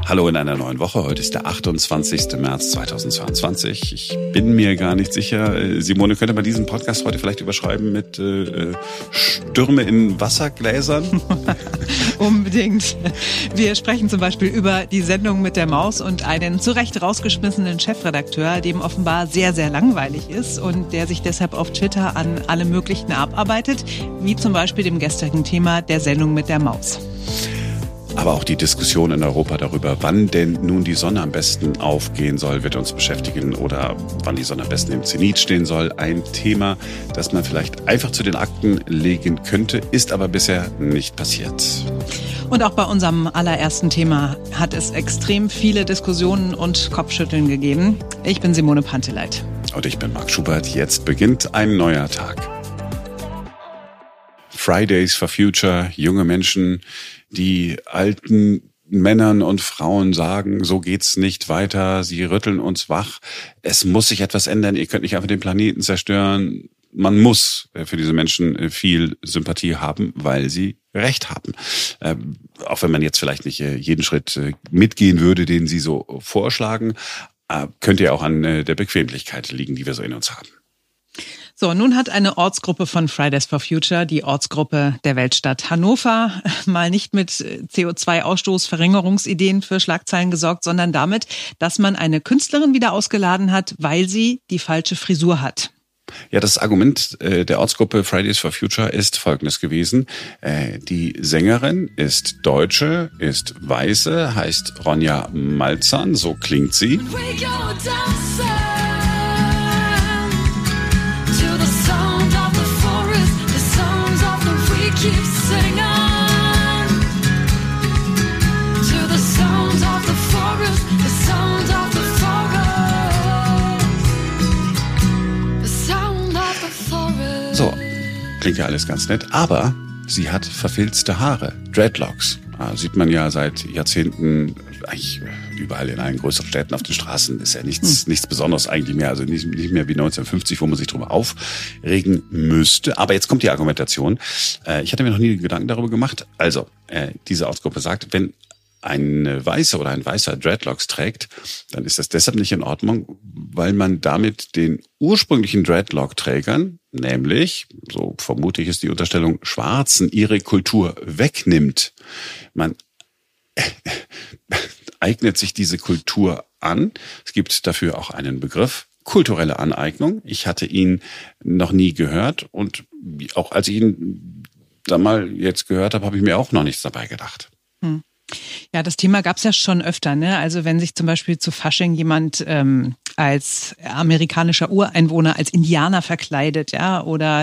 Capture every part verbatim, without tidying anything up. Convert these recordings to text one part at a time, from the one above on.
Hallo in einer neuen Woche. Heute ist der achtundzwanzigster März zweitausendzweiundzwanzig. Ich bin mir gar nicht sicher. Simone, könnte man diesen Podcast heute vielleicht überschreiben mit äh, Stürme in Wassergläsern? Unbedingt. Wir sprechen zum Beispiel über die Sendung mit der Maus und einen zu Recht rausgeschmissenen Chefredakteur, dem offenbar sehr, sehr langweilig ist und der sich deshalb auf Twitter an alle möglichen abarbeitet, wie zum Beispiel dem gestrigen Thema der Sendung mit der Maus. Aber auch die Diskussion in Europa darüber, wann denn nun die Sonne am besten aufgehen soll, wird uns beschäftigen, oder wann die Sonne am besten im Zenit stehen soll. Ein Thema, das man vielleicht einfach zu den Akten legen könnte, ist aber bisher nicht passiert. Und auch bei unserem allerersten Thema hat es extrem viele Diskussionen und Kopfschütteln gegeben. Ich bin Simone Panteleit. Und ich bin Marc Schubert. Jetzt beginnt ein neuer Tag. Fridays for Future, junge Menschen, die alten Männern und Frauen sagen, so geht's nicht weiter, sie rütteln uns wach, es muss sich etwas ändern, ihr könnt nicht einfach den Planeten zerstören. Man muss für diese Menschen viel Sympathie haben, weil sie Recht haben. Ähm, auch wenn man jetzt vielleicht nicht jeden Schritt mitgehen würde, den sie so vorschlagen, äh, könnte ja auch an der Bequemlichkeit liegen, die wir so in uns haben. So, nun hat eine Ortsgruppe von Fridays for Future, die Ortsgruppe der Weltstadt Hannover, mal nicht mit C O zwei Ausstoßverringerungsideen für Schlagzeilen gesorgt, sondern damit, dass man eine Künstlerin wieder ausgeladen hat, weil sie die falsche Frisur hat. Ja, das Argument äh, der Ortsgruppe Fridays for Future ist folgendes gewesen. Äh, die Sängerin ist Deutsche, ist Weiße, heißt Ronja Malzahn, so klingt sie. Keep singing on to the sound of the forest, the sound of the forest, the sound of the forest. So, klingt ja alles ganz nett, aber sie hat verfilzte Haare, Dreadlocks. Ah, sieht man ja seit Jahrzehnten eigentlich überall in allen größeren Städten auf den Straßen. Ist ja nichts, hm. nichts Besonderes eigentlich mehr. Also nicht, nicht mehr wie neunzehnhundertfünfzig, wo man sich drüber aufregen müsste. Aber jetzt kommt die Argumentation. Äh, ich hatte mir noch nie Gedanken darüber gemacht. Also, äh, diese Ortsgruppe sagt, wenn eine Weiße oder ein Weißer Dreadlocks trägt, dann ist das deshalb nicht in Ordnung, weil man damit den ursprünglichen Dreadlock-Trägern, nämlich, so vermute ich ist die Unterstellung, Schwarzen, ihre Kultur wegnimmt. Man eignet sich diese Kultur an. Es gibt dafür auch einen Begriff, kulturelle Aneignung. Ich hatte ihn noch nie gehört und auch als ich ihn da mal jetzt gehört habe, habe ich mir auch noch nichts dabei gedacht. Hm. Ja, das Thema gab's ja schon öfter, ne? Also wenn sich zum Beispiel zu Fasching jemand ähm, als amerikanischer Ureinwohner, als Indianer verkleidet, ja, oder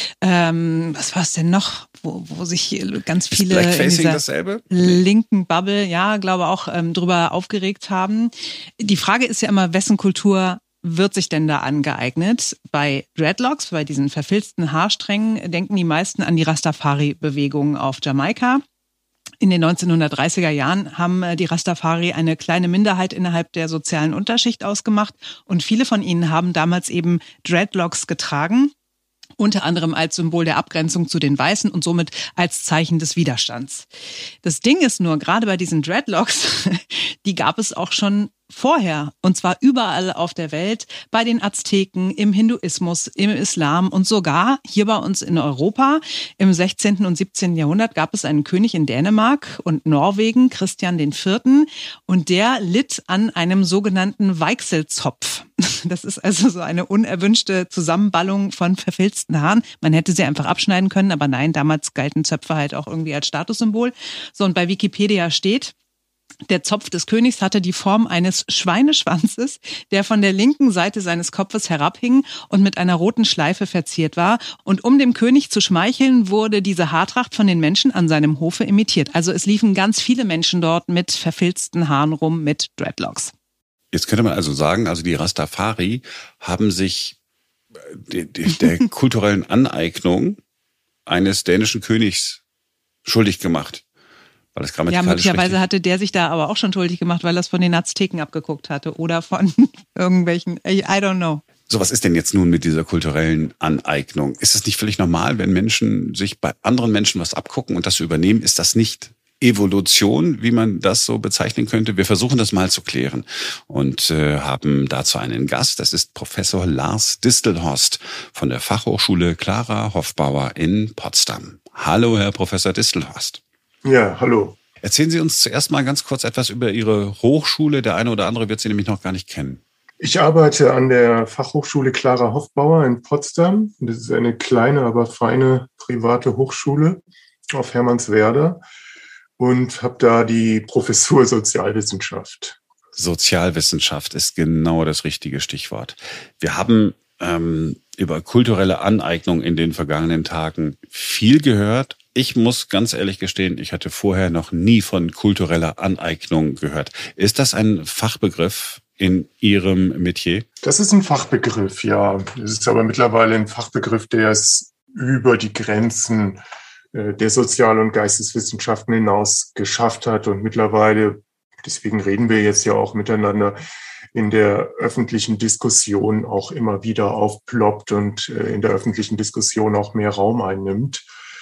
ähm, was war's denn noch, wo, wo sich ganz viele Ist Blackfacing in dieser dasselbe? linken Bubble, ja, glaube auch ähm, drüber aufgeregt haben. Die Frage ist ja immer, wessen Kultur wird sich denn da angeeignet? Bei Dreadlocks, bei diesen verfilzten Haarsträngen, denken die meisten an die Rastafari-Bewegung auf Jamaika. In den neunzehnhundertdreißiger Jahren haben die Rastafari eine kleine Minderheit innerhalb der sozialen Unterschicht ausgemacht und viele von ihnen haben damals eben Dreadlocks getragen, unter anderem als Symbol der Abgrenzung zu den Weißen und somit als Zeichen des Widerstands. Das Ding ist nur, gerade bei diesen Dreadlocks, die gab es auch schon vorher, und zwar überall auf der Welt, bei den Azteken, im Hinduismus, im Islam und sogar hier bei uns in Europa. Im sechzehnten und siebzehnten Jahrhundert gab es einen König in Dänemark und Norwegen, Christian der Vierte, und der litt an einem sogenannten Weichselzopf. Das ist also so eine unerwünschte Zusammenballung von verfilzten Haaren. Man hätte sie einfach abschneiden können, aber nein, damals galten Zöpfe halt auch irgendwie als Statussymbol. So, und bei Wikipedia steht, der Zopf des Königs hatte die Form eines Schweineschwanzes, der von der linken Seite seines Kopfes herabhing und mit einer roten Schleife verziert war. Und um dem König zu schmeicheln, wurde diese Haartracht von den Menschen an seinem Hofe imitiert. Also es liefen ganz viele Menschen dort mit verfilzten Haaren rum, mit Dreadlocks. Jetzt könnte man also sagen, also die Rastafari haben sich der, der kulturellen Aneignung eines dänischen Königs schuldig gemacht. Weil das ja, möglicherweise hatte der sich da aber auch schon schuldig gemacht, weil er es von den Azteken abgeguckt hatte oder von irgendwelchen, I don't know. So, was ist denn jetzt nun mit dieser kulturellen Aneignung? Ist es nicht völlig normal, wenn Menschen sich bei anderen Menschen was abgucken und das übernehmen? Ist das nicht Evolution, wie man das so bezeichnen könnte. Wir versuchen das mal zu klären und äh, haben dazu einen Gast. Das ist Professor Lars Distelhorst von der Fachhochschule Clara Hofbauer in Potsdam. Hallo, Herr Professor Distelhorst. Ja, hallo. Erzählen Sie uns zuerst mal ganz kurz etwas über Ihre Hochschule. Der eine oder andere wird Sie nämlich noch gar nicht kennen. Ich arbeite an der Fachhochschule Clara Hofbauer in Potsdam. Das ist eine kleine, aber feine private Hochschule auf Hermannswerder. Und habe da die Professur Sozialwissenschaft. Sozialwissenschaft ist genau das richtige Stichwort. Wir haben ähm, über kulturelle Aneignung in den vergangenen Tagen viel gehört. Ich muss ganz ehrlich gestehen, ich hatte vorher noch nie von kultureller Aneignung gehört. Ist das ein Fachbegriff in Ihrem Metier? Das ist ein Fachbegriff, ja. Es ist aber mittlerweile ein Fachbegriff, der es über die Grenzen der Sozial- und Geisteswissenschaften hinaus geschafft hat und mittlerweile, deswegen reden wir jetzt ja auch miteinander, in der öffentlichen Diskussion auch immer wieder aufploppt und in der öffentlichen Diskussion auch mehr Raum einnimmt.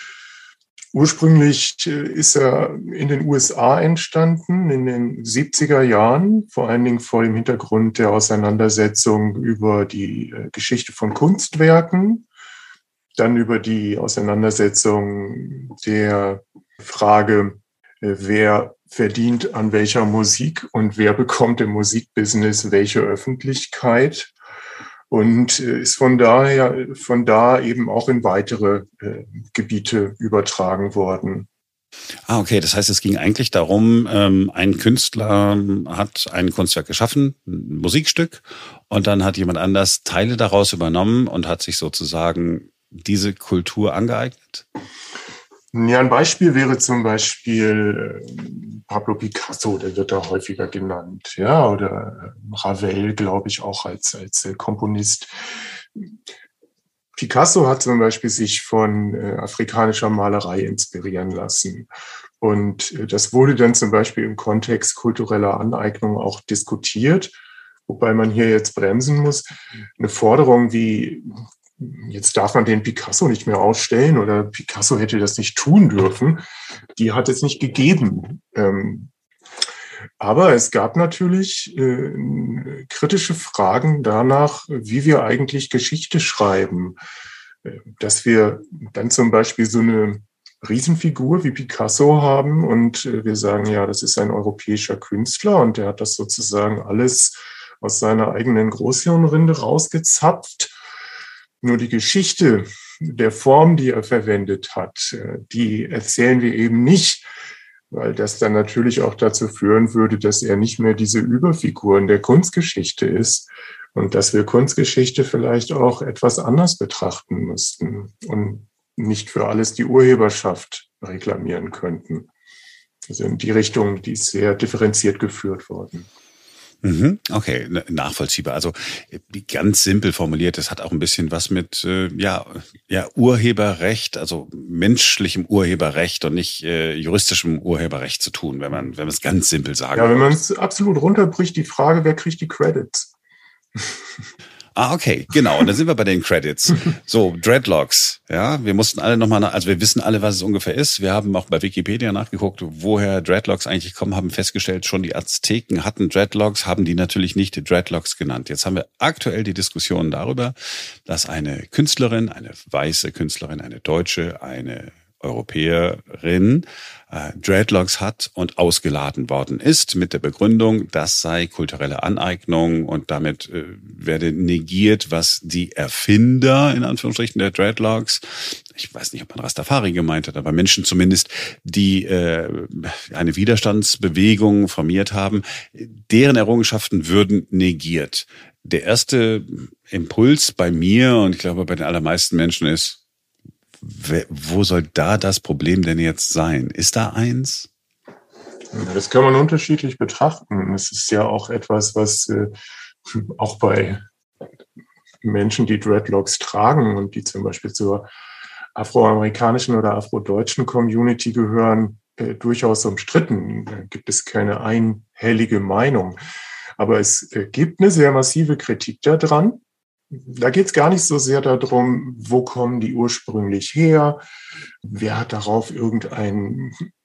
Ursprünglich ist er in den U S A entstanden, in den siebziger Jahren, vor allen Dingen vor dem Hintergrund der Auseinandersetzung über die Geschichte von Kunstwerken. Dann über die Auseinandersetzung der Frage, wer verdient an welcher Musik und wer bekommt im Musikbusiness welche Öffentlichkeit. Und ist von daher, von da eben auch in weitere äh, Gebiete übertragen worden. Ah, okay. Das heißt, es ging eigentlich darum, ähm, ein Künstler hat ein Kunstwerk geschaffen, ein Musikstück, und dann hat jemand anders Teile daraus übernommen und hat sich sozusagen diese Kultur angeeignet? Ja, ein Beispiel wäre zum Beispiel äh, Pablo Picasso, der wird da häufiger genannt, ja, oder Ravel, glaube ich, auch als als äh, Komponist. Picasso hat zum Beispiel sich von äh, afrikanischer Malerei inspirieren lassen. Und äh, das wurde dann zum Beispiel im Kontext kultureller Aneignung auch diskutiert, wobei man hier jetzt bremsen muss. Eine Forderung wie jetzt darf man den Picasso nicht mehr ausstellen oder Picasso hätte das nicht tun dürfen, die hat es nicht gegeben. Ähm, aber es gab natürlich äh, kritische Fragen danach, wie wir eigentlich Geschichte schreiben. Äh, dass wir dann zum Beispiel so eine Riesenfigur wie Picasso haben und äh, wir sagen, ja, das ist ein europäischer Künstler und der hat das sozusagen alles aus seiner eigenen Großhirnrinde rausgezapft. Nur die Geschichte der Form, die er verwendet hat, die erzählen wir eben nicht, weil das dann natürlich auch dazu führen würde, dass er nicht mehr diese Überfigur in der Kunstgeschichte ist und dass wir Kunstgeschichte vielleicht auch etwas anders betrachten müssten und nicht für alles die Urheberschaft reklamieren könnten. Also in die Richtung, die ist sehr differenziert geführt worden. Okay, nachvollziehbar. Also ganz simpel formuliert, das hat auch ein bisschen was mit äh, ja, ja Urheberrecht, also menschlichem Urheberrecht und nicht äh, juristischem Urheberrecht zu tun, wenn man wenn man es ganz simpel sagen Ja, wenn man es absolut runterbricht, die Frage, wer kriegt die Credits? Ah, okay, genau. Und dann sind wir bei den Credits. So, Dreadlocks. Ja, wir mussten alle nochmal, also wir wissen alle, was es ungefähr ist. Wir haben auch bei Wikipedia nachgeguckt, woher Dreadlocks eigentlich kommen, haben festgestellt, schon die Azteken hatten Dreadlocks, haben die natürlich nicht Dreadlocks genannt. Jetzt haben wir aktuell die Diskussion darüber, dass eine Künstlerin, eine weiße Künstlerin, eine Deutsche, eine Europäerin äh, Dreadlocks hat und ausgeladen worden ist mit der Begründung, das sei kulturelle Aneignung und damit äh, werde negiert, was die Erfinder, in Anführungsstrichen, der Dreadlocks, ich weiß nicht, ob man Rastafari gemeint hat, aber Menschen zumindest, die äh, eine Widerstandsbewegung formiert haben, deren Errungenschaften würden negiert. Der erste Impuls bei mir und ich glaube bei den allermeisten Menschen ist, wo soll da das Problem denn jetzt sein? Ist da eins? Das kann man unterschiedlich betrachten. Es ist ja auch etwas, was äh, auch bei Menschen, die Dreadlocks tragen und die zum Beispiel zur afroamerikanischen oder afrodeutschen Community gehören, äh, durchaus umstritten. Da gibt es keine einhellige Meinung. Aber es äh, gibt eine sehr massive Kritik daran. Da geht es gar nicht so sehr darum, wo kommen die ursprünglich her, wer hat darauf irgendeinen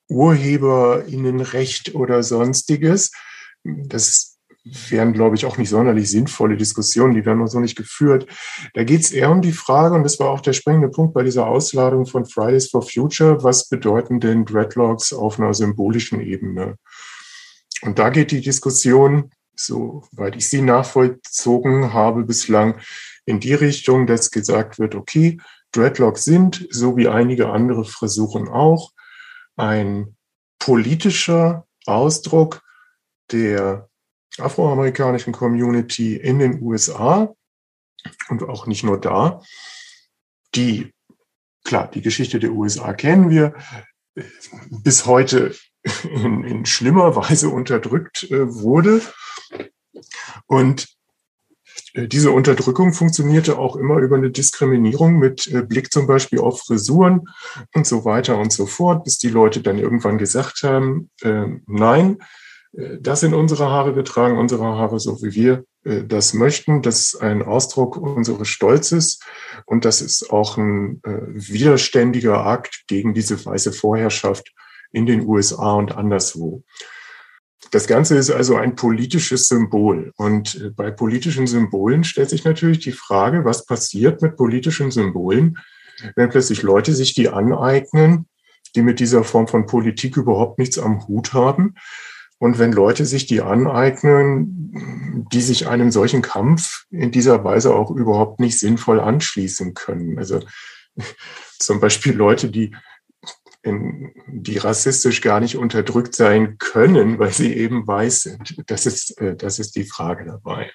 UrheberInnenrecht oder Sonstiges. Das wären, glaube ich, auch nicht sonderlich sinnvolle Diskussionen, die werden auch so nicht geführt. Da geht es eher um die Frage, und das war auch der springende Punkt bei dieser Ausladung von Fridays for Future, was bedeuten denn Dreadlocks auf einer symbolischen Ebene? Und da geht die Diskussion, soweit ich sie nachvollzogen habe bislang, in die Richtung, dass gesagt wird, okay, Dreadlocks sind, so wie einige andere Frisuren auch, ein politischer Ausdruck der afroamerikanischen Community in den U S A und auch nicht nur da. Die, klar, die Geschichte der U S A kennen wir, bis heute in, in schlimmer Weise unterdrückt äh, wurde. Und äh, diese Unterdrückung funktionierte auch immer über eine Diskriminierung mit äh, Blick zum Beispiel auf Frisuren und so weiter und so fort, bis die Leute dann irgendwann gesagt haben, äh, nein, das sind unsere Haare, wir tragen unsere Haare so, wie wir äh, das möchten. Das ist ein Ausdruck unseres Stolzes und das ist auch ein äh, widerständiger Akt gegen diese weiße Vorherrschaft in den U S A und anderswo. Das Ganze ist also ein politisches Symbol und äh, bei politischen Symbolen stellt sich natürlich die Frage, was passiert mit politischen Symbolen, wenn plötzlich Leute sich die aneignen, die mit dieser Form von Politik überhaupt nichts am Hut haben. Und wenn Leute sich die aneignen, die sich einem solchen Kampf in dieser Weise auch überhaupt nicht sinnvoll anschließen können. Also zum Beispiel Leute, die, in, die rassistisch gar nicht unterdrückt sein können, weil sie eben weiß sind. Das ist, das ist die Frage dabei.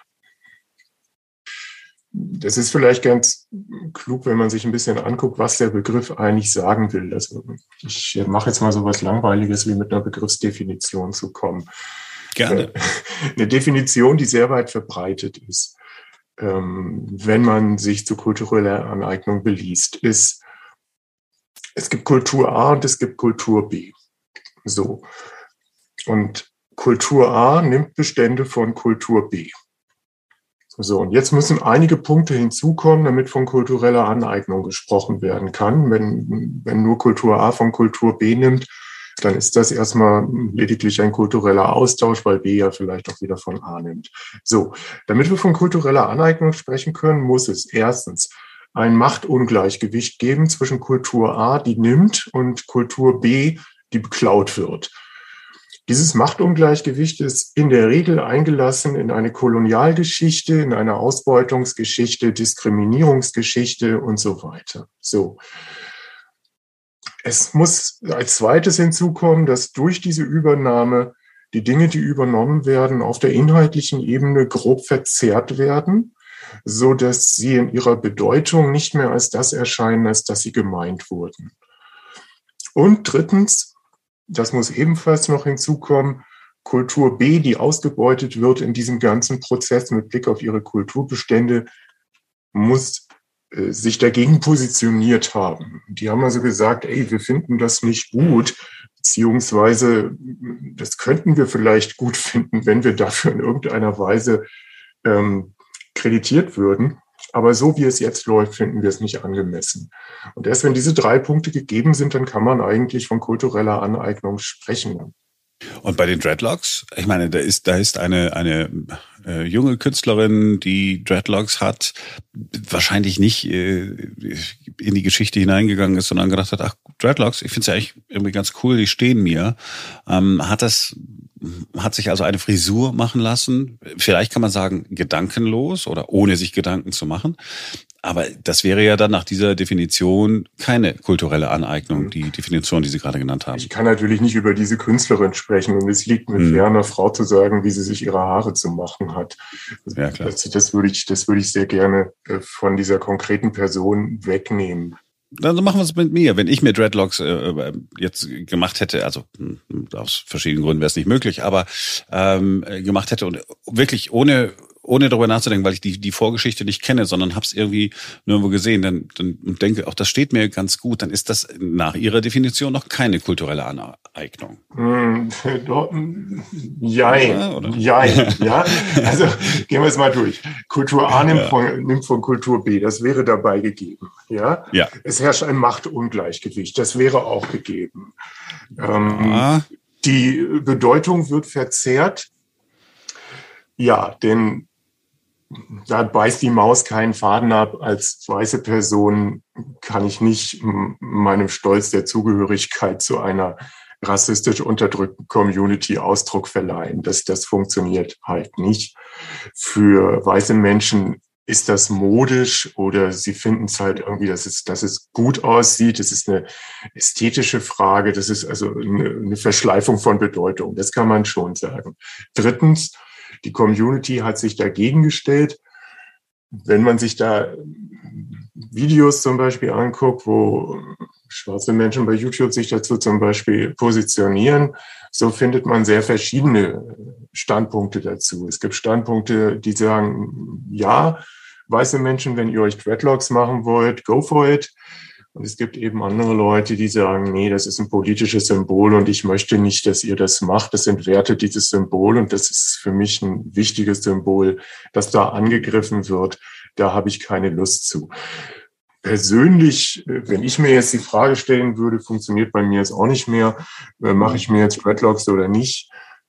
Das ist vielleicht ganz klug, wenn man sich ein bisschen anguckt, was der Begriff eigentlich sagen will. Also ich mache jetzt mal so was Langweiliges, wie mit einer Begriffsdefinition zu kommen. Gerne. Eine Definition, die sehr weit verbreitet ist, wenn man sich zu kultureller Aneignung beliest, ist, es gibt Kultur A und es gibt Kultur B. So. Und Kultur A nimmt Bestände von Kultur B. So, und jetzt müssen einige Punkte hinzukommen, damit von kultureller Aneignung gesprochen werden kann. Wenn, wenn nur Kultur A von Kultur B nimmt, dann ist das erstmal lediglich ein kultureller Austausch, weil B ja vielleicht auch wieder von A nimmt. So, damit wir von kultureller Aneignung sprechen können, muss es erstens ein Machtungleichgewicht geben zwischen Kultur A, die nimmt, und Kultur B, die beklaut wird. Dieses Machtungleichgewicht ist in der Regel eingelassen in eine Kolonialgeschichte, in eine Ausbeutungsgeschichte, Diskriminierungsgeschichte und so weiter. So. Es muss als zweites hinzukommen, dass durch diese Übernahme die Dinge, die übernommen werden, auf der inhaltlichen Ebene grob verzerrt werden, so dass sie in ihrer Bedeutung nicht mehr als das erscheinen, als dass sie gemeint wurden. Und drittens, das muss ebenfalls noch hinzukommen, Kultur B, die ausgebeutet wird in diesem ganzen Prozess mit Blick auf ihre Kulturbestände, muss äh, sich dagegen positioniert haben. Die haben also gesagt, ey, wir finden das nicht gut, beziehungsweise das könnten wir vielleicht gut finden, wenn wir dafür in irgendeiner Weise ähm, kreditiert würden. Aber so wie es jetzt läuft, finden wir es nicht angemessen. Und erst wenn diese drei Punkte gegeben sind, dann kann man eigentlich von kultureller Aneignung sprechen. Und bei den Dreadlocks, ich meine, da ist, da ist eine, eine äh, junge Künstlerin, die Dreadlocks hat, wahrscheinlich nicht äh, in die Geschichte hineingegangen ist, sondern gedacht hat, ach, Dreadlocks, ich finde es ja eigentlich irgendwie ganz cool, die stehen mir. Ähm, hat das, hat sich also eine Frisur machen lassen, vielleicht kann man sagen, gedankenlos oder ohne sich Gedanken zu machen. Aber das wäre ja dann nach dieser Definition keine kulturelle Aneignung, die Definition, die Sie gerade genannt haben. Ich kann natürlich nicht über diese Künstlerin sprechen und es liegt mir hm. ferner, Frau zu sagen, wie sie sich ihre Haare zu machen hat. Ja, klar. Das, das würde ich, das würde ich sehr gerne von dieser konkreten Person wegnehmen. Dann machen wir es mit mir. Wenn ich mir Dreadlocks äh, jetzt gemacht hätte, also aus verschiedenen Gründen wäre es nicht möglich, aber ähm, gemacht hätte und wirklich ohne ohne darüber nachzudenken, weil ich die die Vorgeschichte nicht kenne, sondern habe es irgendwie nirgendwo gesehen, dann, dann und denke, auch das steht mir ganz gut, dann ist das nach Ihrer Definition noch keine kulturelle Aneignung. Mm, Jein, ja, jein, ja. Also gehen wir es mal durch. Kultur A nimmt, ja. von, nimmt von Kultur B, das wäre dabei gegeben. Ja? Ja. Es herrscht ein Machtungleichgewicht, das wäre auch gegeben. Ja. Ähm, die Bedeutung wird verzerrt. Ja, denn da beißt die Maus keinen Faden ab. Als weiße Person kann ich nicht meinem Stolz der Zugehörigkeit zu einer rassistisch unterdrückten Community Ausdruck verleihen. Das, das funktioniert halt nicht. Für weiße Menschen ist das modisch oder sie finden es halt irgendwie, dass es, dass es gut aussieht. Das ist eine ästhetische Frage. Das ist also eine, eine Verschleifung von Bedeutung. Das kann man schon sagen. Drittens, die Community hat sich dagegen gestellt. Wenn man sich da Videos zum Beispiel anguckt, wo schwarze Menschen bei YouTube sich dazu zum Beispiel positionieren, so findet man sehr verschiedene Standpunkte dazu. Es gibt Standpunkte, die sagen, ja, weiße Menschen, wenn ihr euch Dreadlocks machen wollt, go for it. Und es gibt eben andere Leute, die sagen, nee, das ist ein politisches Symbol und ich möchte nicht, dass ihr das macht. Das entwertet dieses Symbol und das ist für mich ein wichtiges Symbol, das da angegriffen wird. Da habe ich keine Lust zu. Persönlich, wenn ich mir jetzt die Frage stellen würde, funktioniert bei mir jetzt auch nicht mehr, mache ich mir jetzt Dreadlocks oder nicht,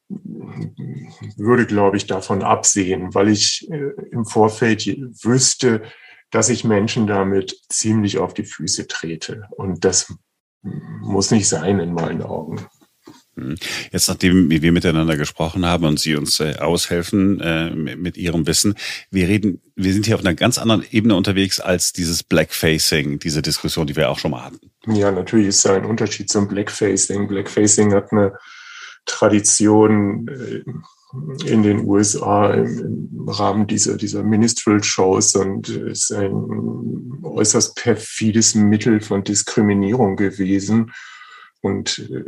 würde, glaube ich, davon absehen, weil ich im Vorfeld wüsste, dass ich Menschen damit ziemlich auf die Füße trete. Und das muss nicht sein in meinen Augen. Jetzt, nachdem wir miteinander gesprochen haben und Sie uns äh, aushelfen äh, mit Ihrem Wissen, wir reden, wir sind hier auf einer ganz anderen Ebene unterwegs als dieses Blackfacing, diese Diskussion, die wir auch schon mal hatten. Ja, natürlich ist da ein Unterschied zum Blackfacing. Blackfacing hat eine Tradition äh, in den U S A im, im Rahmen dieser, dieser Minstrel-Shows und ist ein äußerst perfides Mittel von Diskriminierung gewesen. Und äh,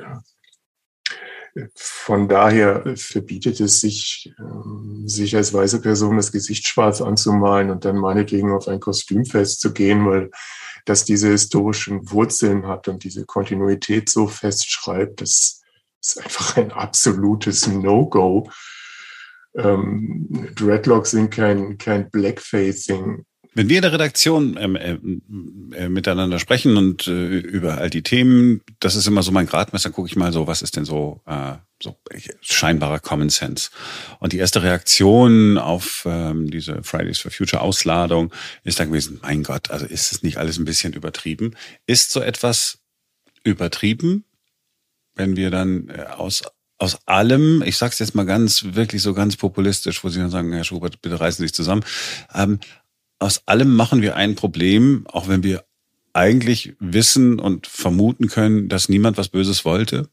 von daher verbietet es sich, äh, sich als weiße Person das Gesicht schwarz anzumalen und dann meinetwegen auf ein Kostümfest zu gehen, weil das diese historischen Wurzeln hat und diese Kontinuität so festschreibt. Das ist einfach ein absolutes No-Go. Ähm, Dreadlocks sind kein, kein Blackfacing. Wenn wir in der Redaktion ähm, äh, miteinander sprechen und äh, über all die Themen, das ist immer so mein Gradmesser, gucke ich mal so, was ist denn so, äh, so scheinbarer Common Sense. Und die erste Reaktion auf ähm, diese Fridays for Future Ausladung ist dann gewesen, mein Gott, also ist es nicht alles ein bisschen übertrieben? Ist so etwas übertrieben, wenn wir dann äh, aus Aus allem, ich sag's jetzt mal ganz, wirklich so ganz populistisch, wo Sie dann sagen, Herr Schubert, bitte reißen Sie sich zusammen. Ähm, aus allem machen wir ein Problem, auch wenn wir eigentlich wissen und vermuten können, dass niemand was Böses wollte?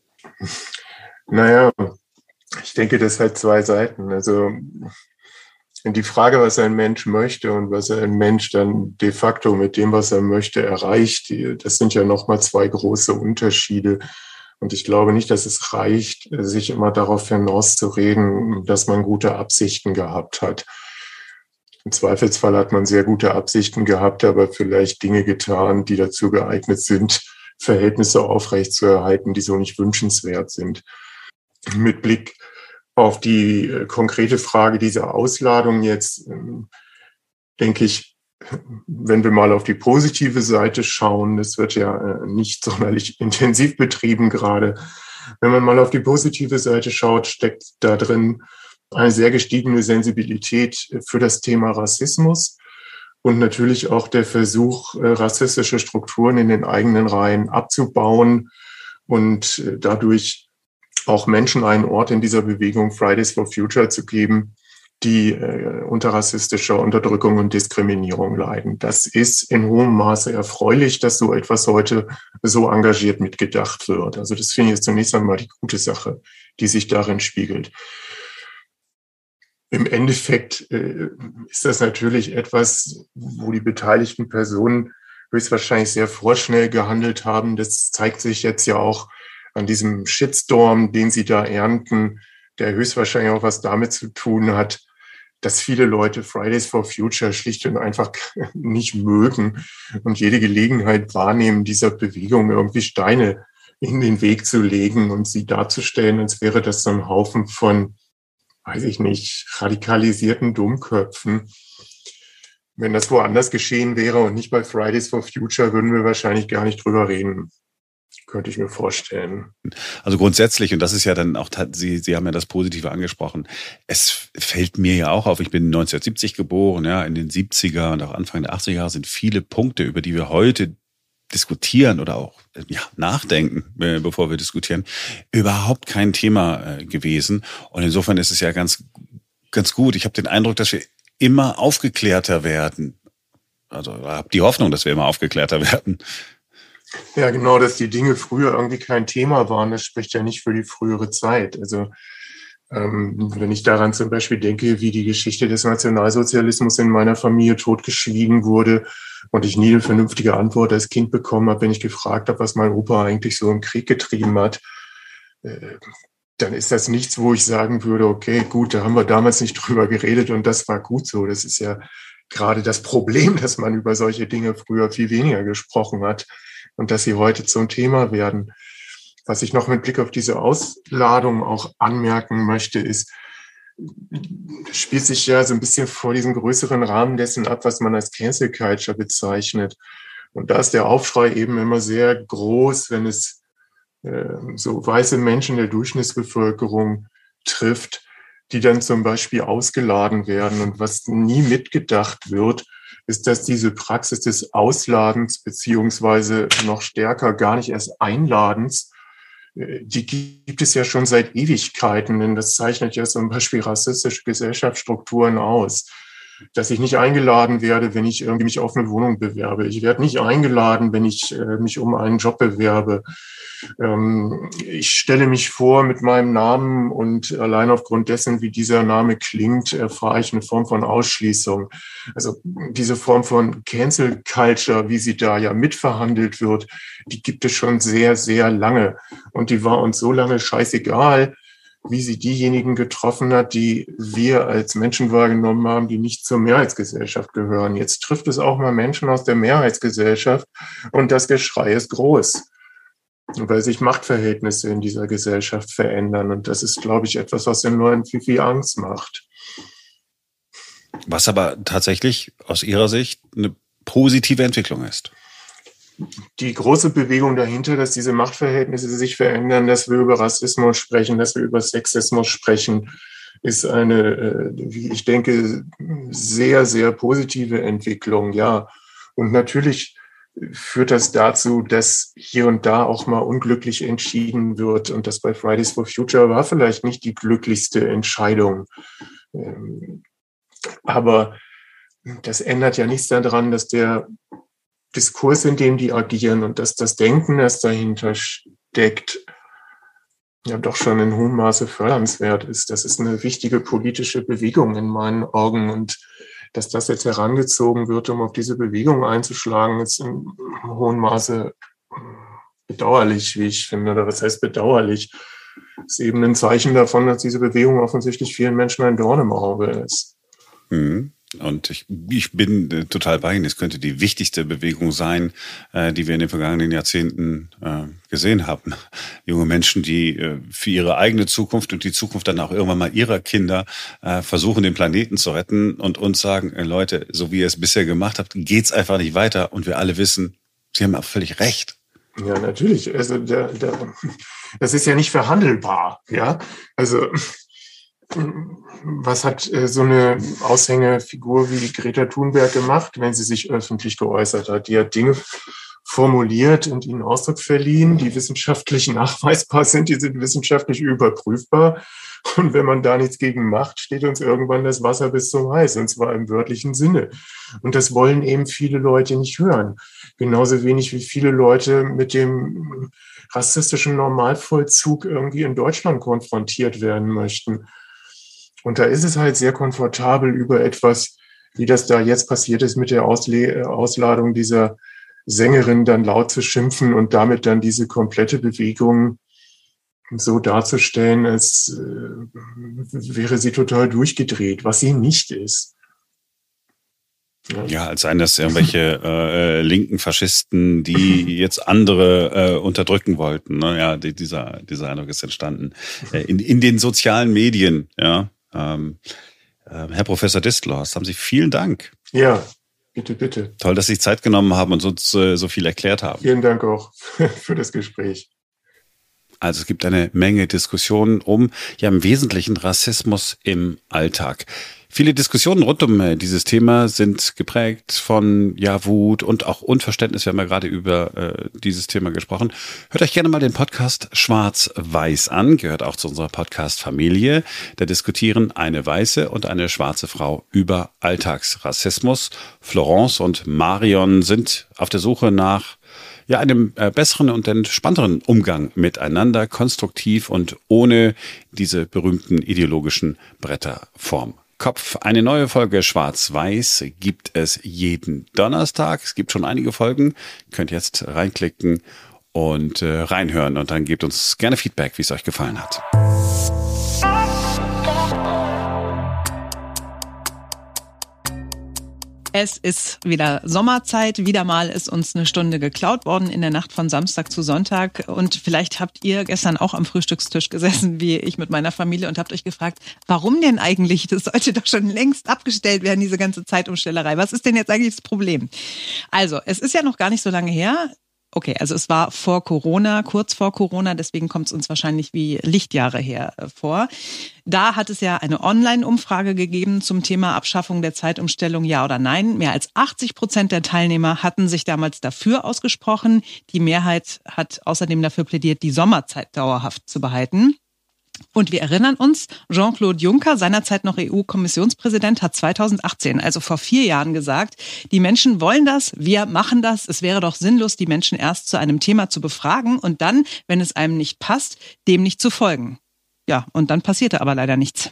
Naja, ich denke, das hat zwei Seiten. Also die Frage, was ein Mensch möchte und was ein Mensch dann de facto mit dem, was er möchte, erreicht, das sind ja nochmal zwei große Unterschiede. Und ich glaube nicht, dass es reicht, sich immer darauf hinauszureden, dass man gute Absichten gehabt hat. Im Zweifelsfall hat man sehr gute Absichten gehabt, aber vielleicht Dinge getan, die dazu geeignet sind, Verhältnisse aufrechtzuerhalten, die so nicht wünschenswert sind. Mit Blick auf die konkrete Frage dieser Ausladung jetzt, denke ich, wenn wir mal auf die positive Seite schauen, das wird ja nicht sonderlich intensiv betrieben gerade. Wenn man mal auf die positive Seite schaut, steckt da drin eine sehr gestiegene Sensibilität für das Thema Rassismus und natürlich auch der Versuch, rassistische Strukturen in den eigenen Reihen abzubauen und dadurch auch Menschen einen Ort in dieser Bewegung Fridays for Future zu geben, die äh, unter rassistischer Unterdrückung und Diskriminierung leiden. Das ist in hohem Maße erfreulich, dass so etwas heute so engagiert mitgedacht wird. Also das finde ich jetzt zunächst einmal die gute Sache, die sich darin spiegelt. Im Endeffekt äh, ist das natürlich etwas, wo die beteiligten Personen höchstwahrscheinlich sehr vorschnell gehandelt haben. Das zeigt sich jetzt ja auch an diesem Shitstorm, den sie da ernten, der höchstwahrscheinlich auch was damit zu tun hat, dass viele Leute Fridays for Future schlicht und einfach nicht mögen und jede Gelegenheit wahrnehmen, dieser Bewegung irgendwie Steine in den Weg zu legen und sie darzustellen, als wäre das so ein Haufen von, weiß ich nicht, radikalisierten Dummköpfen. Wenn das woanders geschehen wäre und nicht bei Fridays for Future, würden wir wahrscheinlich gar nicht drüber reden. Könnte ich mir vorstellen. Also grundsätzlich, und das ist ja dann auch, Sie, Sie haben ja das Positive angesprochen, es fällt mir ja auch auf, ich bin neunzehnhundertsiebzig geboren, ja, in den siebziger und auch Anfang der achtziger Jahre sind viele Punkte, über die wir heute diskutieren oder auch ja, nachdenken, äh, bevor wir diskutieren, überhaupt kein Thema äh, gewesen. Und insofern ist es ja ganz, ganz gut. Ich habe den Eindruck, dass wir immer aufgeklärter werden. Also ich habe die Hoffnung, dass wir immer aufgeklärter werden. Ja, genau, dass die Dinge früher irgendwie kein Thema waren, das spricht ja nicht für die frühere Zeit. Also ähm, wenn ich daran zum Beispiel denke, wie die Geschichte des Nationalsozialismus in meiner Familie totgeschwiegen wurde und ich nie eine vernünftige Antwort als Kind bekommen habe, wenn ich gefragt habe, was mein Opa eigentlich so im Krieg getrieben hat, äh, dann ist das nichts, wo ich sagen würde, okay, gut, da haben wir damals nicht drüber geredet und das war gut so. Das ist ja gerade das Problem, dass man über solche Dinge früher viel weniger gesprochen hat und dass sie heute zum Thema werden. Was ich noch mit Blick auf diese Ausladung auch anmerken möchte, ist, das spielt sich ja so ein bisschen vor diesem größeren Rahmen dessen ab, was man als Cancel Culture bezeichnet. Und da ist der Aufschrei eben immer sehr groß, wenn es äh, so weiße Menschen der Durchschnittsbevölkerung trifft, die dann zum Beispiel ausgeladen werden. Und was nie mitgedacht wird, ist, dass diese Praxis des Ausladens beziehungsweise noch stärker gar nicht erst Einladens, die gibt es ja schon seit Ewigkeiten, denn das zeichnet ja zum Beispiel rassistische Gesellschaftsstrukturen aus. Dass ich nicht eingeladen werde, wenn ich irgendwie mich auf eine Wohnung bewerbe. Ich werde nicht eingeladen, wenn ich äh, mich um einen Job bewerbe. Ähm, ich stelle mich vor mit meinem Namen und allein aufgrund dessen, wie dieser Name klingt, erfahre ich eine Form von Ausschließung. Also diese Form von Cancel Culture, wie sie da ja mitverhandelt wird, die gibt es schon sehr, sehr lange. Und die war uns so lange scheißegal, wie sie diejenigen getroffen hat, die wir als Menschen wahrgenommen haben, die nicht zur Mehrheitsgesellschaft gehören. Jetzt trifft es auch mal Menschen aus der Mehrheitsgesellschaft und das Geschrei ist groß, weil sich Machtverhältnisse in dieser Gesellschaft verändern. Und das ist, glaube ich, etwas, was den Leuten viel, viel Angst macht. Was aber tatsächlich aus Ihrer Sicht eine positive Entwicklung ist. Die große Bewegung dahinter, dass diese Machtverhältnisse sich verändern, dass wir über Rassismus sprechen, dass wir über Sexismus sprechen, ist eine, wie ich denke, sehr, sehr positive Entwicklung, ja. Und natürlich führt das dazu, dass hier und da auch mal unglücklich entschieden wird. Und das bei Fridays for Future war vielleicht nicht die glücklichste Entscheidung. Aber das ändert ja nichts daran, dass der Diskurs, in dem die agieren und dass das Denken, das dahinter steckt, ja doch schon in hohem Maße fördernswert ist. Das ist eine wichtige politische Bewegung in meinen Augen und dass das jetzt herangezogen wird, um auf diese Bewegung einzuschlagen, ist in hohem Maße bedauerlich, wie ich finde. Oder was heißt bedauerlich? Das ist eben ein Zeichen davon, dass diese Bewegung offensichtlich vielen Menschen ein Dorn im Auge ist. Mhm. Und ich, ich bin äh, total bei Ihnen. Es könnte die wichtigste Bewegung sein, äh, die wir in den vergangenen Jahrzehnten äh, gesehen haben. Junge Menschen, die äh, für ihre eigene Zukunft und die Zukunft dann auch irgendwann mal ihrer Kinder äh, versuchen, den Planeten zu retten und uns sagen, äh, Leute, so wie ihr es bisher gemacht habt, geht's einfach nicht weiter. Und wir alle wissen, Sie haben auch völlig recht. Ja, natürlich. Also der, der, das ist ja nicht verhandelbar. Ja, also was hat äh, so eine Aushängefigur wie Greta Thunberg gemacht, wenn sie sich öffentlich geäußert hat? Die hat Dinge formuliert und ihnen Ausdruck verliehen, die wissenschaftlich nachweisbar sind, die sind wissenschaftlich überprüfbar. Und wenn man da nichts gegen macht, steht uns irgendwann das Wasser bis zum Hals, und zwar im wörtlichen Sinne. Und das wollen eben viele Leute nicht hören. Genauso wenig wie viele Leute mit dem rassistischen Normalvollzug irgendwie in Deutschland konfrontiert werden möchten. Und da ist es halt sehr komfortabel, über etwas, wie das da jetzt passiert ist, mit der Ausle- Ausladung dieser Sängerin dann laut zu schimpfen und damit dann diese komplette Bewegung so darzustellen, als äh, wäre sie total durchgedreht, was sie nicht ist. Ja, als seien das irgendwelche äh, linken Faschisten, die jetzt andere äh, unterdrücken wollten. Ne? Ja, die, dieser dieser Eindruck ist entstanden äh, in in den sozialen Medien. Ja, ähm, äh, Herr Professor Distelhorst, haben Sie vielen Dank. Ja, bitte, bitte. Toll, dass Sie sich Zeit genommen haben und uns äh, so viel erklärt haben. Vielen Dank auch für das Gespräch. Also es gibt eine Menge Diskussionen um, ja im Wesentlichen Rassismus im Alltag. Viele Diskussionen rund um dieses Thema sind geprägt von ja Wut und auch Unverständnis. Wir haben ja gerade über äh, dieses Thema gesprochen. Hört euch gerne mal den Podcast Schwarz-Weiß an, gehört auch zu unserer Podcast-Familie. Da diskutieren eine weiße und eine schwarze Frau über Alltagsrassismus. Florence und Marion sind auf der Suche nach ja einem äh, besseren und entspannteren Umgang miteinander, konstruktiv und ohne diese berühmten ideologischen Bretter vorm Kopf. Eine neue Folge Schwarz-Weiß gibt es jeden Donnerstag. Es gibt schon einige Folgen. Ihr könnt jetzt reinklicken und äh, reinhören und dann gebt uns gerne Feedback, wie es euch gefallen hat. Es ist wieder Sommerzeit. Wieder mal ist uns eine Stunde geklaut worden in der Nacht von Samstag zu Sonntag. Und vielleicht habt ihr gestern auch am Frühstückstisch gesessen, wie ich mit meiner Familie, und habt euch gefragt, warum denn eigentlich? Das sollte doch schon längst abgestellt werden, diese ganze Zeitumstellerei. Was ist denn jetzt eigentlich das Problem? Also, es ist ja noch gar nicht so lange her. Okay, also es war vor Corona, kurz vor Corona, deswegen kommt es uns wahrscheinlich wie Lichtjahre her vor. Da hat es ja eine Online-Umfrage gegeben zum Thema Abschaffung der Zeitumstellung, ja oder nein. Mehr als achtzig Prozent der Teilnehmer hatten sich damals dafür ausgesprochen. Die Mehrheit hat außerdem dafür plädiert, die Sommerzeit dauerhaft zu behalten. Und wir erinnern uns, Jean-Claude Juncker, seinerzeit noch E U-Kommissionspräsident, hat zweitausendachtzehn, also vor vier Jahren gesagt, die Menschen wollen das, wir machen das. Es wäre doch sinnlos, die Menschen erst zu einem Thema zu befragen und dann, wenn es einem nicht passt, dem nicht zu folgen. Ja, und dann passierte aber leider nichts.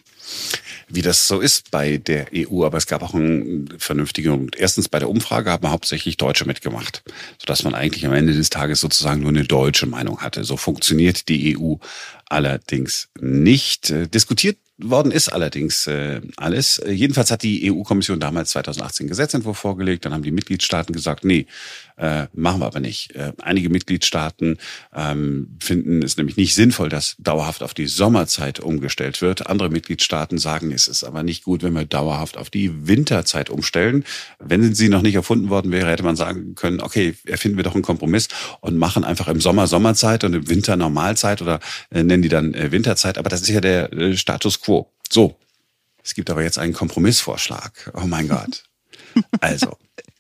Wie das so ist bei der E U, aber es gab auch eine vernünftige, erstens bei der Umfrage haben hauptsächlich Deutsche mitgemacht, sodass man eigentlich am Ende des Tages sozusagen nur eine deutsche Meinung hatte. So funktioniert die E U allerdings nicht. Diskutiert worden ist allerdings äh, alles. Jedenfalls hat die E U-Kommission damals zweitausendachtzehn einen Gesetzentwurf vorgelegt. Dann haben die Mitgliedstaaten gesagt, nee, äh, machen wir aber nicht. Äh, einige Mitgliedstaaten ähm, finden es nämlich nicht sinnvoll, dass dauerhaft auf die Sommerzeit umgestellt wird. Andere Mitgliedstaaten sagen, es ist aber nicht gut, wenn wir dauerhaft auf die Winterzeit umstellen. Wenn sie noch nicht erfunden worden wäre, hätte man sagen können, okay, erfinden wir doch einen Kompromiss und machen einfach im Sommer Sommerzeit und im Winter Normalzeit oder äh, nennen die dann äh, Winterzeit. Aber das ist ja der äh, Status quo. So, es gibt aber jetzt einen Kompromissvorschlag. Oh mein Gott. Also,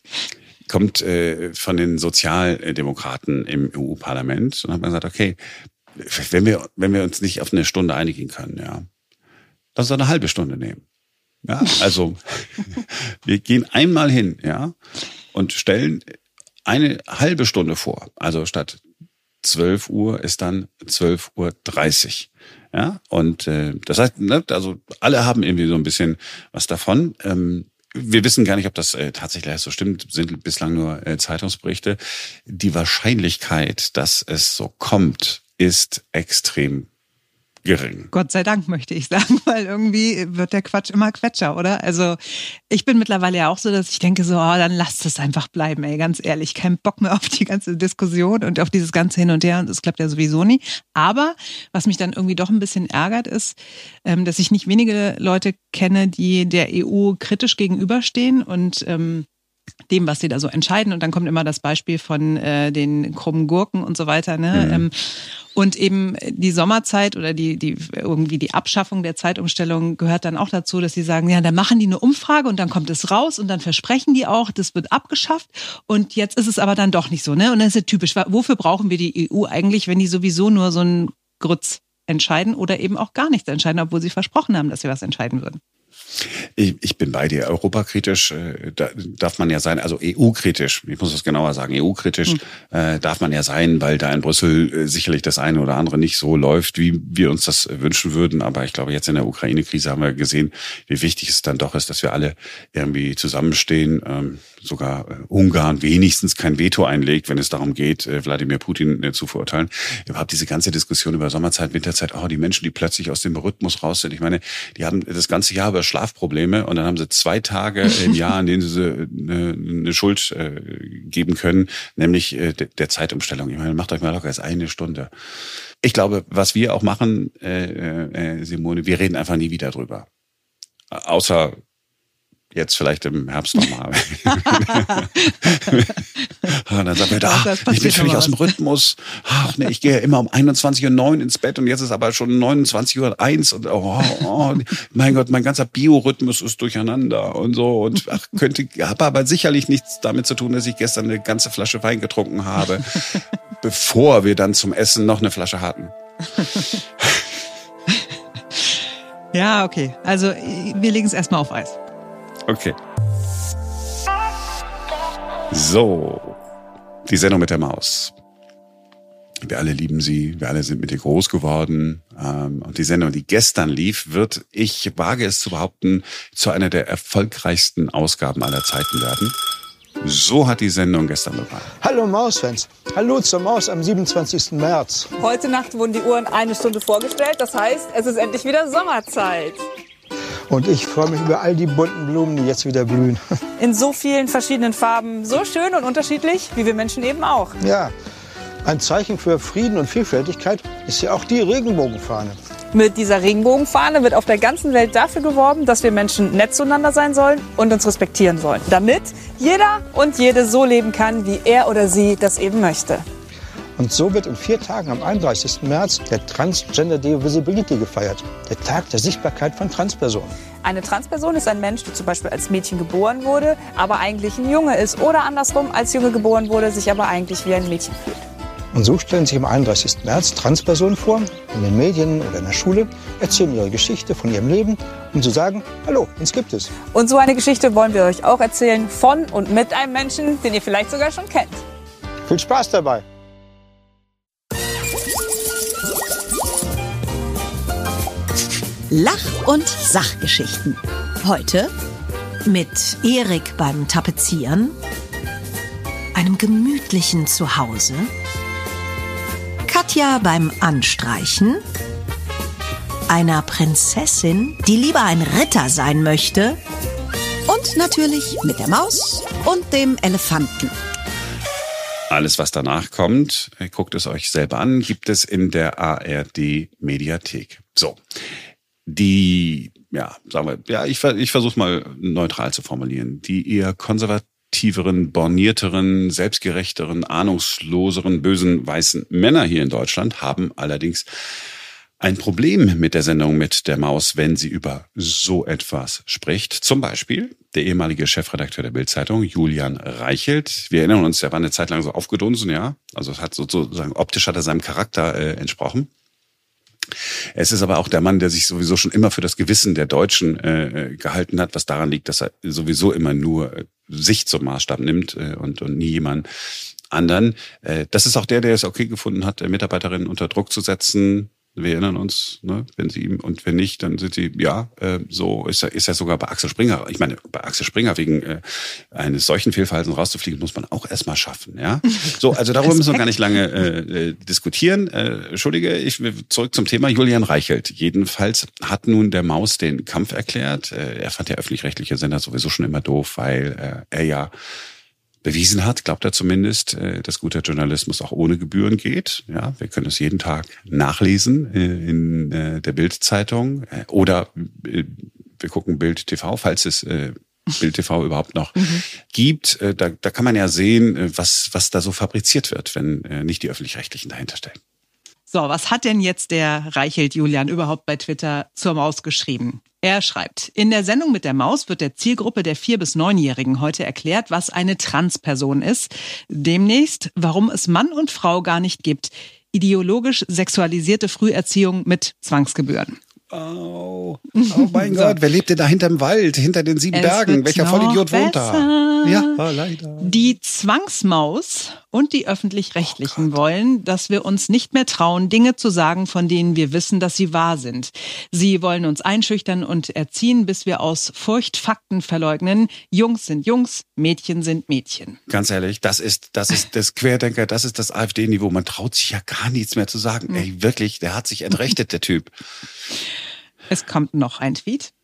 kommt äh, von den Sozialdemokraten im E U-Parlament und hat man gesagt, okay, wenn wir wenn wir uns nicht auf eine Stunde einigen können, ja, lass uns eine halbe Stunde nehmen. Ja, also wir gehen einmal hin, ja, und stellen eine halbe Stunde vor. Also statt zwölf Uhr ist dann zwölf Uhr dreißig. Ja, und äh, das heißt, ne, also alle haben irgendwie so ein bisschen was davon. Ähm, wir wissen gar nicht, ob das äh, tatsächlich so stimmt, sind bislang nur äh, Zeitungsberichte. Die Wahrscheinlichkeit, dass es so kommt, ist extrem gering. Gott sei Dank, möchte ich sagen, weil irgendwie wird der Quatsch immer Quetscher, oder? Also ich bin mittlerweile ja auch so, dass ich denke so, oh, dann lasst es einfach bleiben, ey, ganz ehrlich. Kein Bock mehr auf die ganze Diskussion und auf dieses ganze Hin und Her und das klappt ja sowieso nie. Aber was mich dann irgendwie doch ein bisschen ärgert ist, dass ich nicht wenige Leute kenne, die der E U kritisch gegenüberstehen und ähm, dem, was sie da so entscheiden. Und dann kommt immer das Beispiel von äh, den krummen Gurken und so weiter. Ne? Mhm. Ähm, und eben die Sommerzeit oder die die irgendwie die Abschaffung der Zeitumstellung gehört dann auch dazu, dass sie sagen, ja, dann machen die eine Umfrage und dann kommt es raus und dann versprechen die auch, das wird abgeschafft. Und jetzt ist es aber dann doch nicht so. Ne? Und das ist ja typisch. Wofür brauchen wir die E U eigentlich, wenn die sowieso nur so einen Grütz entscheiden oder eben auch gar nichts entscheiden, obwohl sie versprochen haben, dass sie was entscheiden würden? Ich, ich bin bei dir. Europakritisch äh, da darf man ja sein, also E U-kritisch, ich muss das genauer sagen, E U-kritisch mhm. äh, darf man ja sein, weil da in Brüssel äh, sicherlich das eine oder andere nicht so läuft, wie wir uns das wünschen würden. Aber ich glaube, jetzt in der Ukraine-Krise haben wir gesehen, wie wichtig es dann doch ist, dass wir alle irgendwie zusammenstehen. Ähm, sogar äh, Ungarn wenigstens kein Veto einlegt, wenn es darum geht, äh, Wladimir Putin äh, zu verurteilen. Überhaupt diese ganze Diskussion über Sommerzeit, Winterzeit, oh, die Menschen, die plötzlich aus dem Rhythmus raus sind. Ich meine, die haben das ganze Jahr über über Schlafprobleme und dann haben sie zwei Tage im Jahr, in denen sie eine, eine Schuld äh, geben können, nämlich äh, der Zeitumstellung. Ich meine, macht euch mal locker, ist eine Stunde. Ich glaube, was wir auch machen, äh, äh, Simone, wir reden einfach nie wieder drüber. Außer jetzt vielleicht im Herbst nochmal. Und dann sagen wir, da, ich bin völlig aus dem Rhythmus. Ach nee, ich gehe immer um einundzwanzig Uhr neun ins Bett und jetzt ist aber schon neunundzwanzig Uhr eins und oh, oh, mein Gott, mein ganzer Biorhythmus ist durcheinander und so. Und ach, könnte, habe aber sicherlich nichts damit zu tun, dass ich gestern eine ganze Flasche Wein getrunken habe, bevor wir dann zum Essen noch eine Flasche hatten. Ja, okay. Also wir legen es erstmal auf Eis. Okay. So, die Sendung mit der Maus. Wir alle lieben sie, wir alle sind mit ihr groß geworden. Und die Sendung, die gestern lief, wird, ich wage es zu behaupten, zu einer der erfolgreichsten Ausgaben aller Zeiten werden. So hat die Sendung gestern begonnen. Hallo Mausfans, hallo zur Maus am siebenundzwanzigsten März. Heute Nacht wurden die Uhren eine Stunde vorgestellt, das heißt, es ist endlich wieder Sommerzeit. Und ich freue mich über all die bunten Blumen, die jetzt wieder blühen. In so vielen verschiedenen Farben, so schön und unterschiedlich, wie wir Menschen eben auch. Ja, ein Zeichen für Frieden und Vielfältigkeit ist ja auch die Regenbogenfahne. Mit dieser Regenbogenfahne wird auf der ganzen Welt dafür geworben, dass wir Menschen nett zueinander sein sollen und uns respektieren sollen. Damit jeder und jede so leben kann, wie er oder sie das eben möchte. Und so wird in vier Tagen am einunddreißigsten März der Transgender Day of Visibility gefeiert. Der Tag der Sichtbarkeit von Transpersonen. Eine Transperson ist ein Mensch, der zum Beispiel als Mädchen geboren wurde, aber eigentlich ein Junge ist. Oder andersrum, als Junge geboren wurde, sich aber eigentlich wie ein Mädchen fühlt. Und so stellen sich am einunddreißigsten März Transpersonen vor, in den Medien oder in der Schule, erzählen ihre Geschichte von ihrem Leben, um zu sagen, hallo, uns gibt es. Und so eine Geschichte wollen wir euch auch erzählen von und mit einem Menschen, den ihr vielleicht sogar schon kennt. Viel Spaß dabei! Lach- und Sachgeschichten. Heute mit Erik beim Tapezieren, einem gemütlichen Zuhause, Katja beim Anstreichen, einer Prinzessin, die lieber ein Ritter sein möchte, und natürlich mit der Maus und dem Elefanten. Alles, was danach kommt, guckt es euch selber an, gibt es in der A R D-Mediathek. So. Die, ja, sagen wir, ja, ich, ich versuche mal neutral zu formulieren, die eher konservativeren, bornierteren, selbstgerechteren, ahnungsloseren, bösen, weißen Männer hier in Deutschland haben allerdings ein Problem mit der Sendung mit der Maus, wenn sie über so etwas spricht. Zum Beispiel der ehemalige Chefredakteur der Bild-Zeitung, Julian Reichelt. Wir erinnern uns, der war eine Zeit lang so aufgedunsen, ja. Also es hat sozusagen, optisch hat er seinem Charakter äh, entsprochen. Es ist aber auch der Mann, der sich sowieso schon immer für das Gewissen der Deutschen äh, gehalten hat, was daran liegt, dass er sowieso immer nur äh, sich zum Maßstab nimmt äh, und, und nie jemand anderen. Äh, das ist auch der, der es okay gefunden hat, Mitarbeiterinnen unter Druck zu setzen. Wir erinnern uns, ne, wenn sie ihm, und wenn nicht, dann sind sie, ja, äh, so ist er, ist er sogar bei Axel Springer. Ich meine, bei Axel Springer wegen äh, eines solchen Fehlverhaltens rauszufliegen, muss man auch erstmal schaffen, ja. So, also darüber müssen wir gar nicht lange äh, diskutieren. Äh, Entschuldige, ich will zurück zum Thema. Julian Reichelt jedenfalls hat nun der Maus den Kampf erklärt. Äh, er fand ja öffentlich-rechtliche Sender sowieso schon immer doof, weil äh, er ja bewiesen hat, glaubt er zumindest, dass guter Journalismus auch ohne Gebühren geht. Ja, wir können es jeden Tag nachlesen in der Bild-Zeitung oder wir gucken Bild T V, falls es Bild T V überhaupt noch mhm. gibt. Da, da kann man ja sehen, was, was da so fabriziert wird, wenn nicht die Öffentlich-Rechtlichen dahinter stehen. So, was hat denn jetzt der Reichelt Julian überhaupt bei Twitter zur Maus geschrieben? Er schreibt, in der Sendung mit der Maus wird der Zielgruppe der vier- bis neunjährigen heute erklärt, was eine Transperson ist. Demnächst, warum es Mann und Frau gar nicht gibt. Ideologisch sexualisierte Früherziehung mit Zwangsgebühren. Oh, oh mein Gott, wer lebt denn da hinterm Wald, hinter den sieben es Bergen? Welcher Vollidiot wohnt da? Ja, leider. Die Zwangsmaus und die Öffentlich-Rechtlichen oh wollen, dass wir uns nicht mehr trauen, Dinge zu sagen, von denen wir wissen, dass sie wahr sind. Sie wollen uns einschüchtern und erziehen, bis wir aus Furcht Fakten verleugnen. Jungs sind Jungs, Mädchen sind Mädchen. Ganz ehrlich, das ist, das ist das Querdenker, das ist das AfD-Niveau. Man traut sich ja gar nichts mehr zu sagen. Mhm. Ey, wirklich, der hat sich entrechtet, der Typ. Es kommt noch ein Tweet.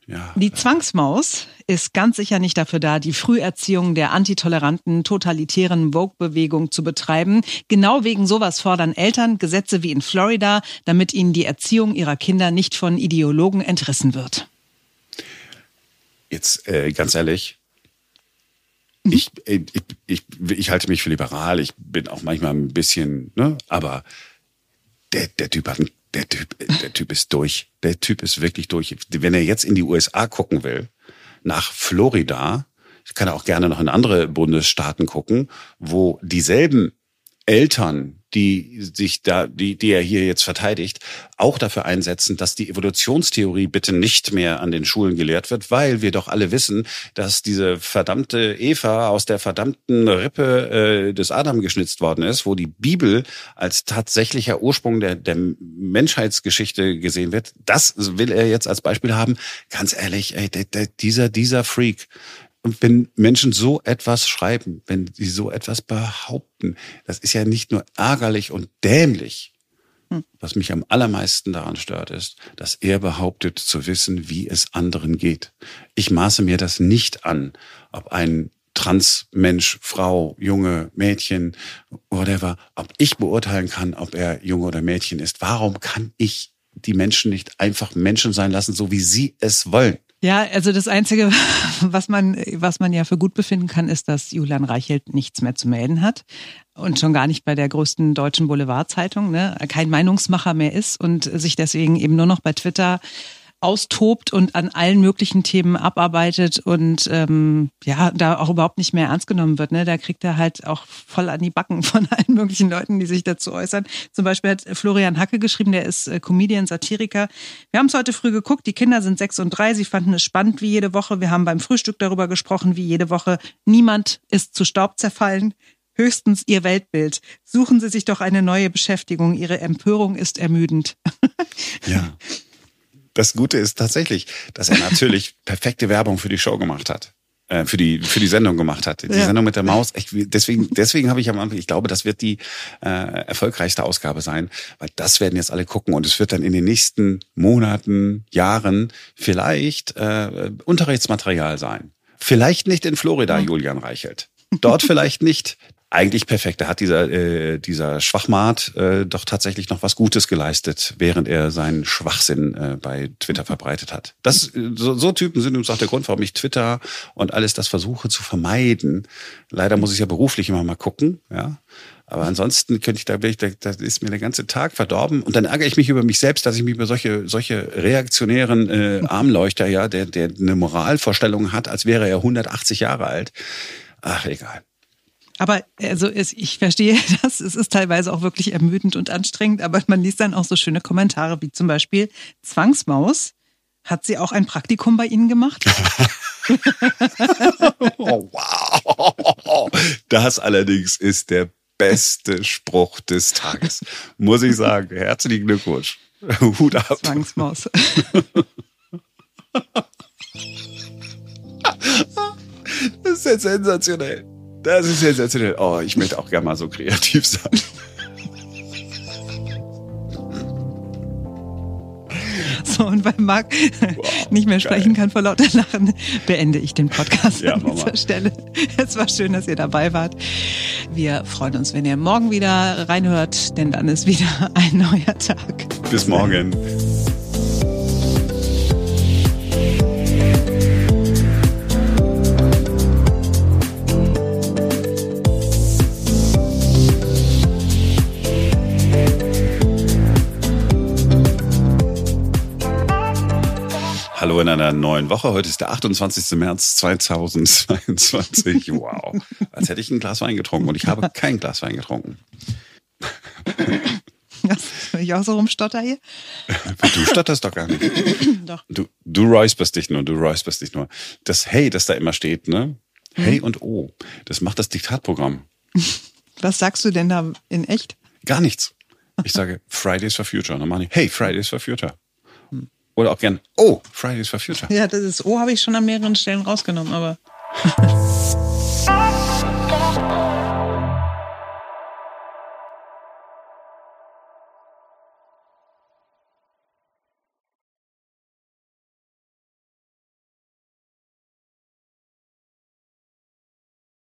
Ja. Die Zwangsmaus ist ganz sicher nicht dafür da, die Früherziehung der antitoleranten, totalitären Vogue-Bewegung zu betreiben. Genau wegen sowas fordern Eltern Gesetze wie in Florida, damit ihnen die Erziehung ihrer Kinder nicht von Ideologen entrissen wird. Jetzt äh, ganz ehrlich, mhm. ich, ich, ich, ich halte mich für liberal, ich bin auch manchmal ein bisschen, ne, aber der, der Typ hat einen Der Typ, der Typ ist durch. Der Typ ist wirklich durch. Wenn er jetzt in die U S A gucken will, nach Florida, kann er auch gerne noch in andere Bundesstaaten gucken, wo dieselben Eltern, die sich da, die, die er hier jetzt verteidigt, auch dafür einsetzen, dass die Evolutionstheorie bitte nicht mehr an den Schulen gelehrt wird, weil wir doch alle wissen, dass diese verdammte Eva aus der verdammten Rippe äh, des Adam geschnitzt worden ist, wo die Bibel als tatsächlicher Ursprung der, der Menschheitsgeschichte gesehen wird. Das will er jetzt als Beispiel haben. Ganz ehrlich, ey, der, der, dieser, dieser Freak. Und wenn Menschen so etwas schreiben, wenn sie so etwas behaupten, das ist ja nicht nur ärgerlich und dämlich. Was mich am allermeisten daran stört, ist, dass er behauptet zu wissen, wie es anderen geht. Ich maße mir das nicht an, ob ein Transmensch, Frau, Junge, Mädchen, whatever, ob ich beurteilen kann, ob er Junge oder Mädchen ist. Warum kann ich die Menschen nicht einfach Menschen sein lassen, so wie sie es wollen? Ja, also das Einzige, was man, was man ja für gut befinden kann, ist, dass Julian Reichelt nichts mehr zu melden hat und schon gar nicht bei der größten deutschen Boulevardzeitung, ne, kein Meinungsmacher mehr ist und sich deswegen eben nur noch bei Twitter austobt und an allen möglichen Themen abarbeitet und ähm, ja, da auch überhaupt nicht mehr ernst genommen wird. Ne? Da kriegt er halt auch voll an die Backen von allen möglichen Leuten, die sich dazu äußern. Zum Beispiel hat Florian Hacke geschrieben, der ist äh, Comedian, Satiriker. Wir haben es heute früh geguckt, die Kinder sind sechs und drei, sie fanden es spannend wie jede Woche. Wir haben beim Frühstück darüber gesprochen, wie jede Woche. Niemand ist zu Staub zerfallen. Höchstens ihr Weltbild. Suchen Sie sich doch eine neue Beschäftigung. Ihre Empörung ist ermüdend. Ja. Das Gute ist tatsächlich, dass er natürlich perfekte Werbung für die Show gemacht hat, äh, für die für die Sendung gemacht hat. Die ja. Sendung mit der Maus. Ich, deswegen deswegen habe ich am Anfang, ich glaube, das wird die äh, erfolgreichste Ausgabe sein, weil das werden jetzt alle gucken und es wird dann in den nächsten Monaten, Jahren vielleicht äh, Unterrichtsmaterial sein. Vielleicht nicht in Florida, mhm. Julian Reichelt. Dort vielleicht nicht. Eigentlich perfekt. Da hat dieser äh, dieser Schwachmat äh, doch tatsächlich noch was Gutes geleistet, während er seinen Schwachsinn äh, bei Twitter verbreitet hat. Das so, so Typen sind übrigens auch der Grund, warum ich Twitter und alles das versuche zu vermeiden. Leider muss ich ja beruflich immer mal gucken, ja. Aber ansonsten könnte ich da, da, da ist mir der ganze Tag verdorben und dann ärgere ich mich über mich selbst, dass ich mich über solche solche reaktionären äh, Armleuchter, ja, der der eine Moralvorstellung hat, als wäre er hundertachtzig Jahre alt. Ach, egal. Aber also es, ich verstehe das, es ist teilweise auch wirklich ermüdend und anstrengend, aber man liest dann auch so schöne Kommentare wie zum Beispiel Zwangsmaus. Hat sie auch ein Praktikum bei Ihnen gemacht? Oh, wow. Das allerdings ist der beste Spruch des Tages. Muss ich sagen. Herzlichen Glückwunsch. Hut ab. Zwangsmaus. Das ist ja sensationell. Das ist sensationell. Oh, ich möchte auch gerne mal so kreativ sein. So, und weil Marc wow, nicht mehr sprechen geil. kann vor lauter Lachen, beende ich den Podcast ja, an dieser Mama. Stelle. Es war schön, dass ihr dabei wart. Wir freuen uns, wenn ihr morgen wieder reinhört, denn dann ist wieder ein neuer Tag. Bis morgen. Hallo in einer neuen Woche. Heute ist der achtundzwanzigster März zweitausendzweiundzwanzig. Wow. Als hätte ich ein Glas Wein getrunken und ich habe kein Glas Wein getrunken. Wenn ich auch so rumstotter hier? Du stotterst doch gar nicht. Doch. Du, du räusperst dich nur, du räusperst dich nur. Das Hey, das da immer steht, ne? Hm. Hey und O. Das macht das Diktatprogramm. Was sagst du denn da in echt? Gar nichts. Ich sage Fridays for Future. Und dann mache ich Hey, Fridays for Future. Oder auch gern, oh, Fridays for Future. Ja, das ist O habe ich schon an mehreren Stellen rausgenommen, aber...